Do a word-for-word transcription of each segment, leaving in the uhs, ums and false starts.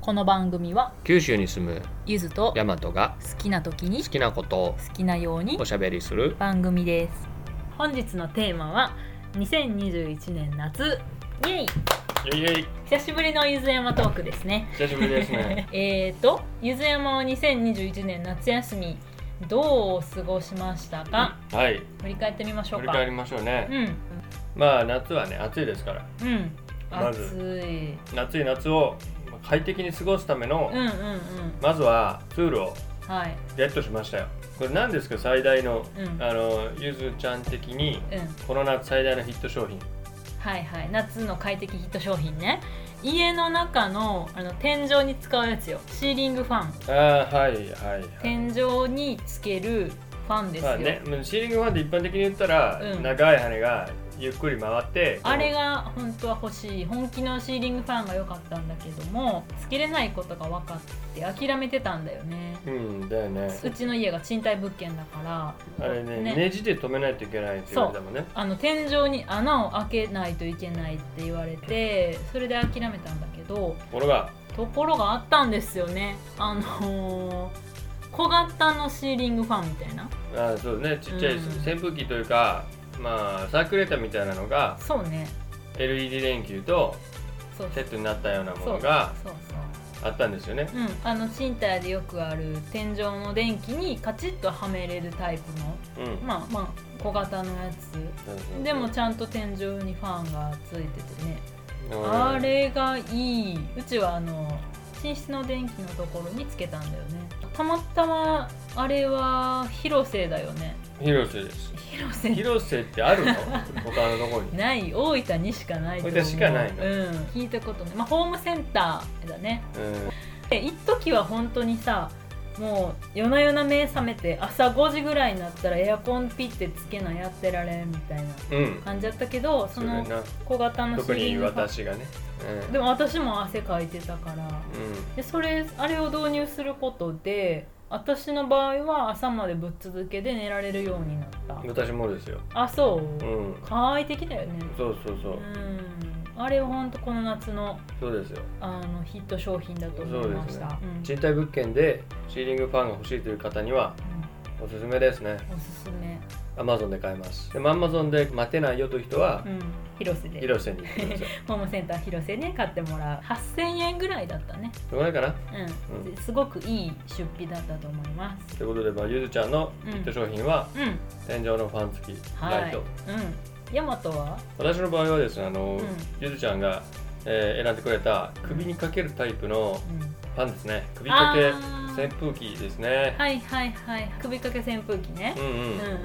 この番組は九州に住むゆずと大和が好きな時に好きなことを好きなようにおしゃべりする番組です。本日のテーマはにせんにじゅういちねん夏イエイイエイイエイ。 久しぶりのゆず山トークですね。 久しぶりですねえーとゆず山はにせんにじゅういちねん夏休みどう過ごしましたか、 うん、はい、 振り返ってみましょうか。 振り返りましょうね。 うん、 まあ夏はね暑いですから、 うん、 まず暑い夏い夏を快適に過ごすための、 うんうんうん、 まずはツールをはいゲットしましたよ。これ何ですか、最大の、 うん、 あのゆずちゃん的に、 うん、 この夏最大のヒット商品。 はいはい、夏の快適ヒット商品ね。家の中の、あの天井に使うやつよ。シーリングファン。 ああ、はいはいはい。 天井につけるファンですよ。 まあね、シーリングファンって一般的に言ったら、うん、長い羽がゆっくり回って、 あれが本当は欲しい本気のシーリングファンが良かったんだけども、つけれないことが分かって諦めてたんだよね。 うんだよね。 うちの家が賃貸物件だから、 あれ ね, ねネジで止めないといけないって言われたもんね。 あの天井に穴を開けないといけないって言われて、それで諦めたんだけど、ところがところがあったんですよね。あのー、小型のシーリングファンみたいな。 あそうね、ちっちゃい、うん、扇風機というか、まあサーキュレーターみたいなのが、 そうね、 エルイーディー 電球とセットになったようなものがあったんですよね。 うん、あの賃貸でよくある天井の電気にカチッとはめれるタイプの、うん、まあまあ小型のやつ、そうそうそう、でもちゃんと天井にファンがついててね、あれがいい。うちはあの寝室の電気のところにつけたんだよね。たまたまあれは広瀬だよね。 広瀬です。 広瀬広瀬ってあるの他のところにない。大分にしかないと思う。 大分しかないの、 うん、聞いたことない。まあホームセンターだね。うん、で一時は本当にさ、もう夜な夜な目覚めて朝ごじぐらいになったらエアコンピッてつけなやってられんみたいな感じだったけど、うん、その小型のシーリングファン、 特に私がね、 うん、でも私も汗かいてたから、うん、でそれあれを導入することで私の場合は朝までぶっ続けで寝られるようになった。 私もですよ。 あ、そう、うん、快適だよね。 そうそうそう、うん、 あれは本当この夏のそうですよ、 あのヒット商品だと思いました。 そうですね、うん、賃貸物件でシーリングファンが欲しいという方には、うん、おすすめですね。 おすすめ。 Amazon で買えます。でも Amazon で待てないよという人は、うん、 広瀬で広瀬に行ってくださいホームセンター広瀬で買ってもらう。はっせんえんぐらいだったね。 そのぐらいかな、 うんうん、すごくいい出費だったと思います。 ということで、まあ、ゆずちゃんのヒット商品は、うんうん、天井のファン付きライト、はい、 うん、ヤマトは私の場合はですね、あの、うん、ゆずちゃんが、えー、選んでくれた首にかけるタイプのファンですね。首掛け扇風機ですね。 はいはいはい、首掛け扇風機ね。うんうん、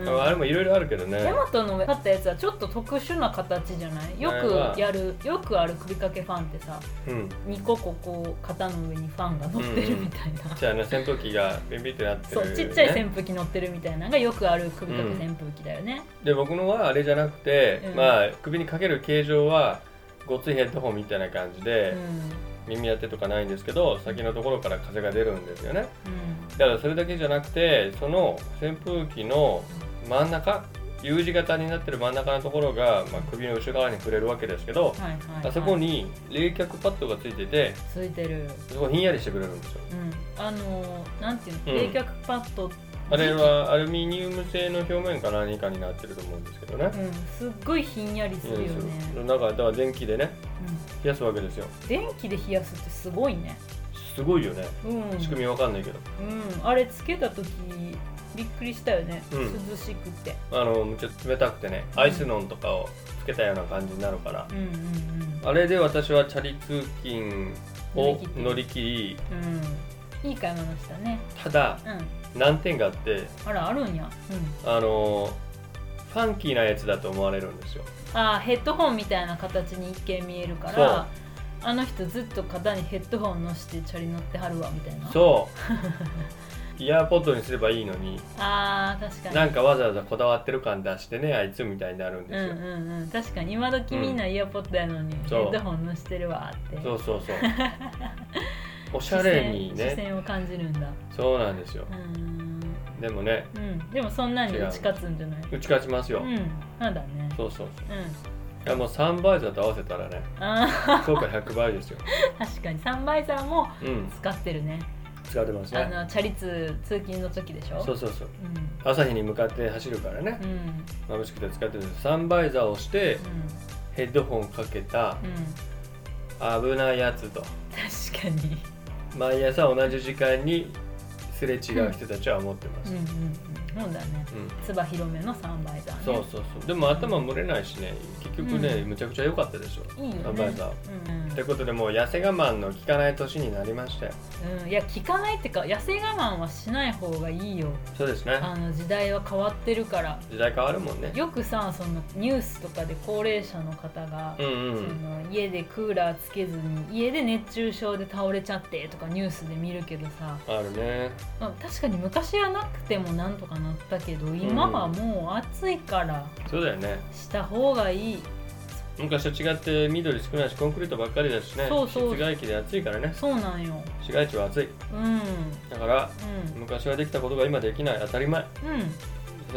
うんうん、あれもいろいろあるけどね。 ヤマトの買ったやつはちょっと特殊な形じゃない。よくやる、よくある首掛けファンってさ、うん、にこここう肩の上にファンが乗ってるみたいな、うんうん、 じゃあね、扇風機がビンビンってなってる、ね、 そう、ちっちゃい扇風機乗ってるみたいなのがよくある首掛け扇風機だよね、 うん、で僕のはあれじゃなくて、うん、まあ首にかける形状はごついヘッドホンみたいな感じで、うん、耳当てとかないんですけど、先のところから風が出るんですよね、うん、だからそれだけじゃなくて、その扇風機の真ん中、U 字型になってる真ん中のところが、まあ、首の後ろ側に触れるわけですけど、はいはいはい、あそこに冷却パッドがついてて、 ついてる、 そこひんやりしてくれるんですよ、 うん、あのー、なんていうの、冷却パッドって、 あれはアルミニウム製の表面か何かになってると思うんですけどね、 うん、すっごいひんやりするよね。 なんかだから電気でね、うん、冷やすわけですよ。 電気で冷やすってすごいね。 すごいよね、うん、仕組みわかんないけど、 うん、あれつけた時びっくりしたよね、うん、涼しくて、 あのめっちゃ冷たくてね、アイスノンとかをつけたような感じになるから、うんうんうん、あれで私はチャリ通勤を乗り切り、 うん、いい買い物したね。 ただ、うん、難点があって、 あら、あるんや、 うん、あのファンキーなやつだと思われるんですよ。 あ、ヘッドホンみたいな形に一見見えるから、あの人ずっと肩にヘッドホンのしてチャリ乗ってはるわみたいな。 そうイヤーポッドにすればいいのに、 あー、確かになんかわざわざこだわってる感出してね、あいつみたいになるんですよ。 うんうんうん、確かに今時みんなイヤーポッドやのに、うん、ヘッドホンのしてるわって。 そうそうそうおしゃれにね、 視線を感じるんだ。 そうなんですよ。うん、でもね、 うん、でもそんなに打ち勝つんじゃない？ 打ち勝ちますよ。 うん、なんだね。 そうそうそう。うん、 いやもうサンバイザーと合わせたらね効果ひゃくばいですよ。 確かにサンバイザーも使ってるね、 うん、使ってますね。 あのチャリ通通勤の時でしょ。 そうそうそう、うん、朝日に向かって走るからね、うん、眩しくて使ってるんです。サンバイザーをして、うん、ヘッドホンかけた、うん、危ないやつと。 確かに毎朝同じ時間にすれ違う人たちは思ってます。 うんうんうん、そうだね、うん、つば広めのサンバイザーね。 そうそうそう。でも頭蒸れないしね、結局ね、うん、むちゃくちゃ良かったでしょ、いいよね、サンバイザー。うんうん、ってことでもう痩せ我慢の効かない年になりましたよ。 うん、いや効かないってか痩せ我慢はしない方がいいよ。 そうですね。 あの時代は変わってるから。 時代変わるもんね。 よくさ、そのニュースとかで高齢者の方が、うんうん、その家でクーラーつけずに家で熱中症で倒れちゃってとかニュースで見るけどさ。 あるね。 まあ、確かに昔はなくてもなんとかなったけど今はもう暑いから、 うん、そうだよね、 した方がいい。 昔と違って緑少ないしコンクリートばっかりだしね。そうそう、室外機で暑いからね。 そうなんよ、 市街地は暑い、うん、だから、うん、昔はできたことが今できない、当たり前、うん、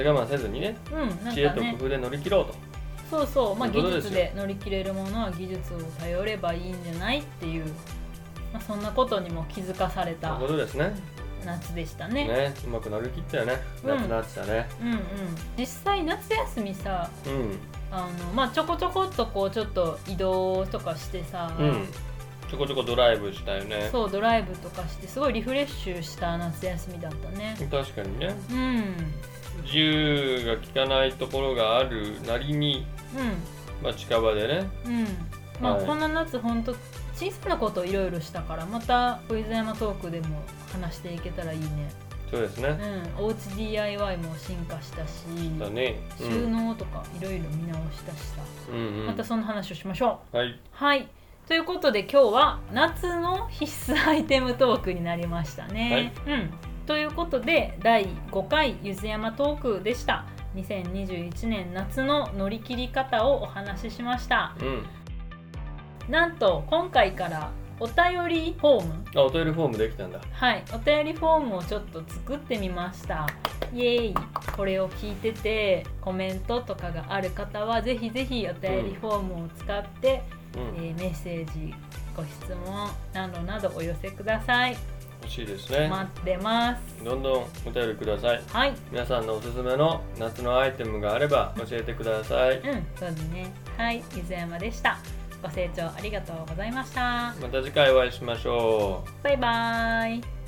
我慢せずにね、うん、なんかね、知恵と工夫で乗り切ろうと。 そうそう、まあ、技術で乗り切れるものは技術を頼ればいいんじゃないっていう、まあ、そんなことにも気づかされたことですね。 夏でしたね。 ね、うまく乗り切ったよね、夏の暑さね、 うん、うんうん。実際夏休みさ、うん、あのまあ、ちょこちょこっとこうちょっと移動とかしてさ、うん、 ちょこちょこドライブしたよね。 そう、ドライブとかしてすごいリフレッシュした夏休みだったね。 確かにね、うん、自由が利かないところがあるなりに、うん、まあ、近場でね、うん、 まあ、はい、こんな夏ほんと小さなことをいろいろしたから、また小泉山トークでも話していけたらいいね。 そうですね、 うん、おうち ディーアイワイ も進化したし、だね、うん、収納とかいろいろ見直したしさ、うんうん、またそんな話をしましょう。はい、はい、ということで今日は夏の必須アイテムトークになりましたね、はい、うん、ということでだいごかいゆずやまトークでした。にせんにじゅういちねん夏の乗り切り方をお話ししました、うん、なんと今回からお便りフォームあお便りフォームできたんだ。 はい、お便りフォームをちょっと作ってみました。イエーイ。これを聞いててコメントとかがある方はぜひぜひお便りフォームを使って、うんえー、メッセージ、ご質問などなどお寄せください。 欲しいですね。 待ってます。 どんどんお便りください。はい。皆さんのおすすめの夏のアイテムがあれば教えてください。 うん、そうですね。はい、ゆずやまでした。ご清聴ありがとうございました。 また次回お会いしましょう。 バイバーイ。